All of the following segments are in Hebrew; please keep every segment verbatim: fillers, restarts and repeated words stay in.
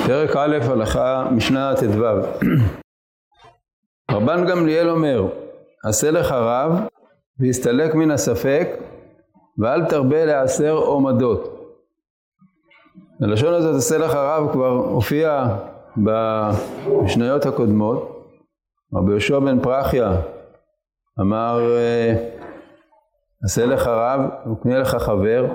פרק א' הלכה משנה ט"ו. רבן גמליאל אומר, עשה לך רב והסתלק מן הספק ואל תרבה לעשר עומדות. הלשון הזאת עשה לך רב כבר הופיע במשניות הקודמות. רבי יהושע בן פרחיה אמר, עשה לך רב וקנה לך חבר.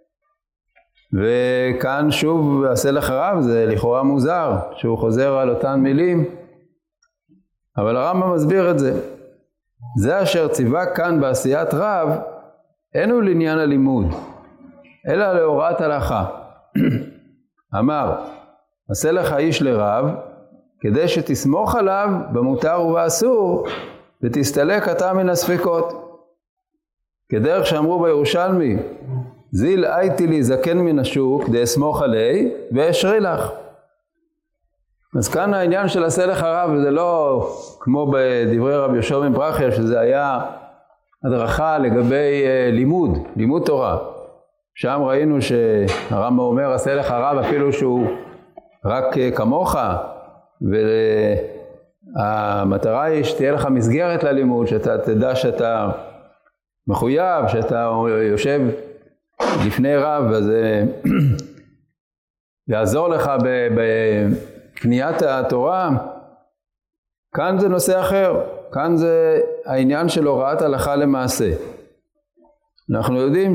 וכאן שוב עשה לך רב, זה לכאורה מוזר שהוא חוזר על אותן מילים, אבל הרמב"ם מסביר את זה. זה אשר ציווה כאן בעשיית רב אינו לעניין הלימוד אלא להוראת הלכה. אמר, עשה לך איש לרב כדי שתסמוך עליו במותר ובאסור ותסתלק אתה מן הספקות, כדרך שאמרו בירושלמי, זיל הייתי לי זקן מן השוק דאסמוך עלי ואשרי לך. אז כאן העניין של עשה לך רב זה לא כמו בדברי רבי יהושע בן פרחיה שזה היה הדרכה לגבי לימוד, לימוד תורה. שם ראינו שהרמב"ם אומר עשה לך רב אפילו שהוא רק כמוך, והמטרה היא שתהיה לך מסגרת ללימוד, שאתה תדע שאתה מחויב, שאתה יושב לפני רב, אז יעזור לך בקניית התורה. כאן זה נושא אחר, כאן זה העניין של הוראת הלכה למעשה. אנחנו יודעים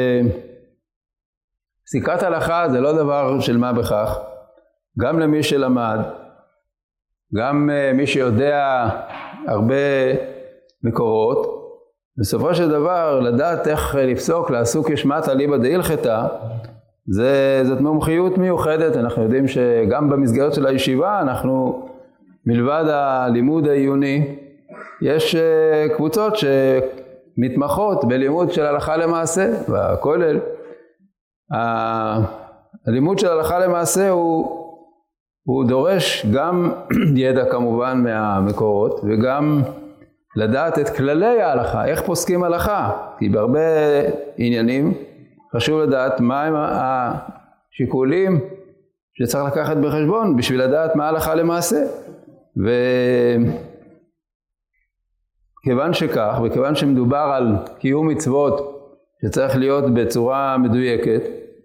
שפסיקת הלכה זה לא דבר של מה בכך, גם למי שלמד, גם מי שיודע הרבה מקורות, בסופו של דבר, לדעת איך לפסוק, לעסוק ישמעת אליבא דהלכתא, זאת מומחיות מיוחדת. אנחנו יודעים שגם במסגרת של הישיבה, אנחנו מלבד הלימוד העיוני, יש קבוצות שמתמחות בלימוד של הלכה למעשה, והכולל. הלימוד של הלכה למעשה הוא, הוא דורש גם ידע כמובן מהמקורות, וגם לדעת את כללי ההלכה, איך פוסקים הלכה, כי בהרבה עניינים חשוב לדעת מהם השיקולים שצריך לקחת בחשבון בשביל לדעת מה ההלכה למעשה. וכיוון שכך, וכיוון שמדובר על קיום מצוות שצריך להיות בצורה מדויקת,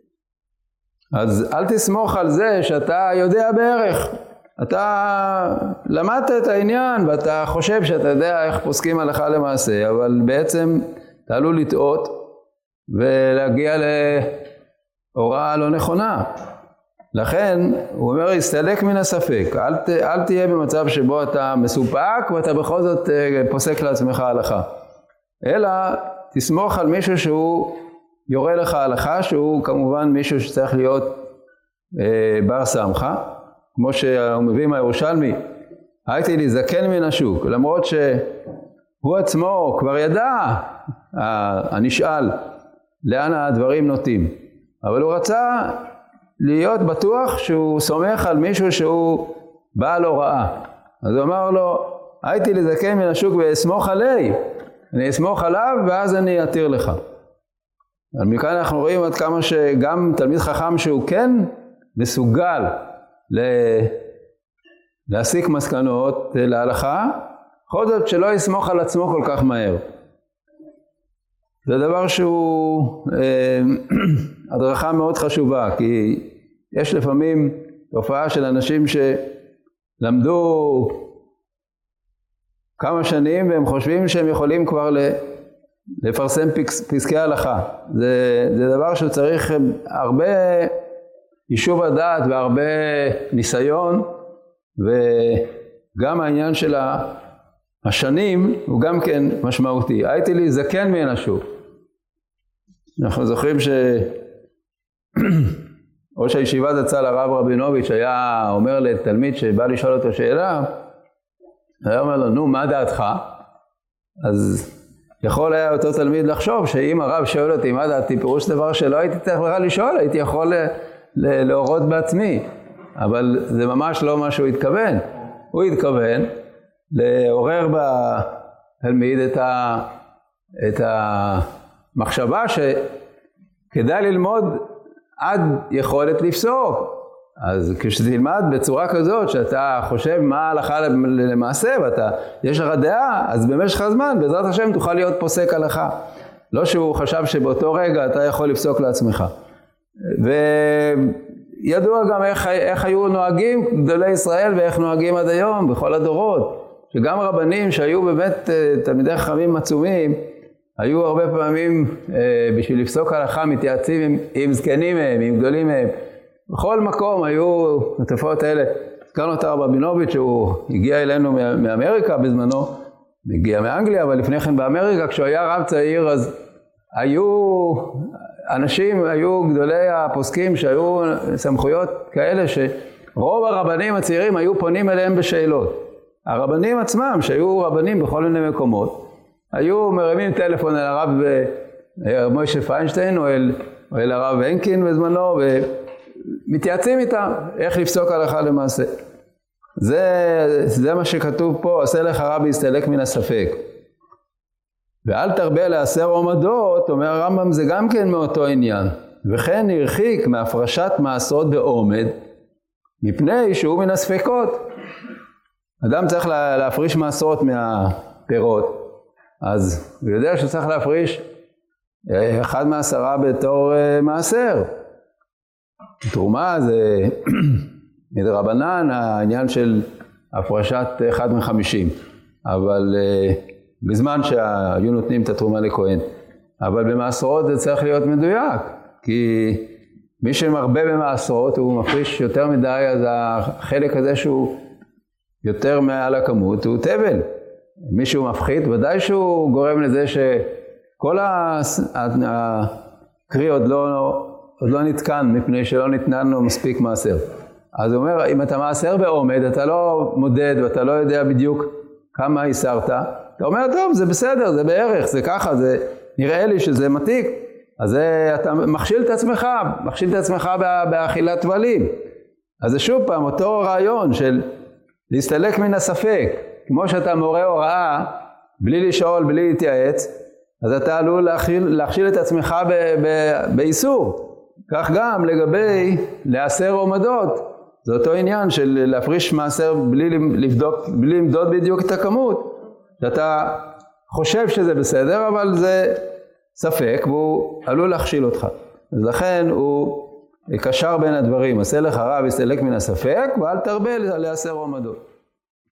אז אל תסמוך על זה שאתה יודע בערך. אתה למדת את העניין ואתה חושב שאתה יודע איך פוסקים הלכה למעשה, אבל בעצם אתה עלול לטעות ולהגיע להוראה לא נכונה. לכן הוא אומר, הסתלק מן הספק, אל, ת, אל תהיה במצב שבו אתה מסופק ואתה בכל זאת פוסק לעצמך הלכה, אלא תסמוך על מישהו שהוא יורה לך הלכה, שהוא כמובן מישהו שצריך להיות אה, בר סמכה, כמו שהוא מביא מהירושלמי, הייתי לי זקן מן השוק, למרות שהוא עצמו כבר ידע, הנשאל, לאן הדברים נוטים. אבל הוא רצה להיות בטוח שהוא סומך על מישהו שהוא בעל הוראה. אז הוא אמר לו, הייתי לי זקן מן השוק ואסמוך עלי, אני אסמוך עליו ואז אני אתיר לך. אז מכאן אנחנו רואים עד כמה שגם תלמיד חכם שהוא כן מסוגל, להסיק מסקנות להלכה, בכל זאת שלא יסמוך על עצמו כל כך מהר. זה דבר שהוא אה, הדרכה מאוד חשובה, כי יש לפעמים תופעה של אנשים שלמדו כמה שנים והם חושבים שהם יכולים כבר לפרסם פסקי הלכה. זה, זה דבר שצריך הרבה יישוב הדעת והרבה ניסיון, וגם העניין של השנים הוא גם כן משמעותי. הייתי לי זקן מן השוק. אנחנו זוכרים ש... ראש הישיבה זצ"ל הרב רבינוביץ' היה אומר לתלמיד שבא לשאול אותו שאלה, היה אומר לו, נו, מה דעתך? אז יכול היה אותו תלמיד לחשוב שאם הרב שואל אותי מה דעתי, פירוש דבר שלא הייתי צריך בכלל לשאול, הייתי יכול להורות בעצמי, אבל זה ממש לא מה שהוא התכוון. הוא התכוון לעורר בתלמיד את, ה, את המחשבה שכדאי ללמוד עד יכולת לפסוק, אז כשתלמד בצורה כזאת, שאתה חושב מה ההלכה למעשה, ואתה, יש לך דעה, אז במשך הזמן, בעזרת השם, תוכל להיות פוסק הלכה. לא שהוא חשב שבאותו רגע אתה יכול לפסוק לעצמך. וידוע גם איך, איך היו נוהגים גדולי ישראל, ואיך נוהגים עד היום, בכל הדורות. שגם רבנים שהיו באמת תלמידי חכמים עצומים, היו הרבה פעמים בשביל לפסוק הלכה מתייעצים עם, עם זקנים מהם, עם גדולים מהם. בכל מקום היו התופעות האלה. הזכרנו את הרב רבינוביץ' שהוא הגיע אלינו מאמריקה בזמנו, הגיע מאנגליה, אבל לפני כן באמריקה, כשהוא היה רב צעיר, אז היו אנשים, היו גדולי הפוסקים שהיו סמכויות כאלה, שרוב הרבנים הצעירים היו פונים אליהם בשאלות. הרבנים עצמם, שהיו רבנים בכל מיני מקומות, היו מרימים טלפון אל הרב מוישה פיינשטיין, או אל, או אל הרב הנקין בזמנו, ומתייעצים איתם איך לפסוק הלכה למעשה. זה, זה מה שכתוב פה, עשה לך רבי הסתלק מן הספק. ואל תרבה לעשר עומדות, אומר הרמב"ם, זה גם כן מאותו עניין. וכן הרחיק מהפרשת מעשרות בעומד, מפני שהוא מן הספקות. אדם צריך להפריש מעשרות מהפירות, אז הוא יודע שצריך להפריש אחד מעשרה בתור מעשר. תרומה זה מדרבנן, העניין של הפרשת אחד מחמישים, אבל בזמן שהיו נותנים את התרומה לכהן. אבל במעשרות זה צריך להיות מדויק, כי מי שמרבה במעשרות הוא מפריש יותר מדי, אז החלק הזה שהוא יותר מעל הכמות הוא טבל. מי שהוא מפחית, ודאי שהוא גורם לזה שכל הקרי עוד לא, עוד לא נתקן, מפני שלא ניתנן לו מספיק מעשר. אז הוא אומר, אם אתה מעשר בעומד, אתה לא מודד ואתה לא יודע בדיוק כמה הסרת, אתה אומר, טוב, זה בסדר, זה בערך, זה ככה, זה נראה לי שזה מתיק. אז זה, אתה מכשיל את עצמך, מכשיל את עצמך באכילת טבלים. אז זה שוב פעם, אותו רעיון של להסתלק מן הספק. כמו שאתה מורה הוראה, בלי לשאול, בלי להתייעץ, אז אתה עלול להכשיל, להכשיל את עצמך ב, ב, באיסור. כך גם לגבי לעשר עומדות, זה אותו עניין של להפריש מעשר בלי לבדוק, בלי למדוד בדיוק את הכמות, שאתה חושב שזה בסדר, אבל זה ספק, והוא עלול להכשיל אותך. אז לכן הוא קשר בין הדברים, עשה לך רב, הסתלק מן הספק, ואל תרבה לעשר עומדות.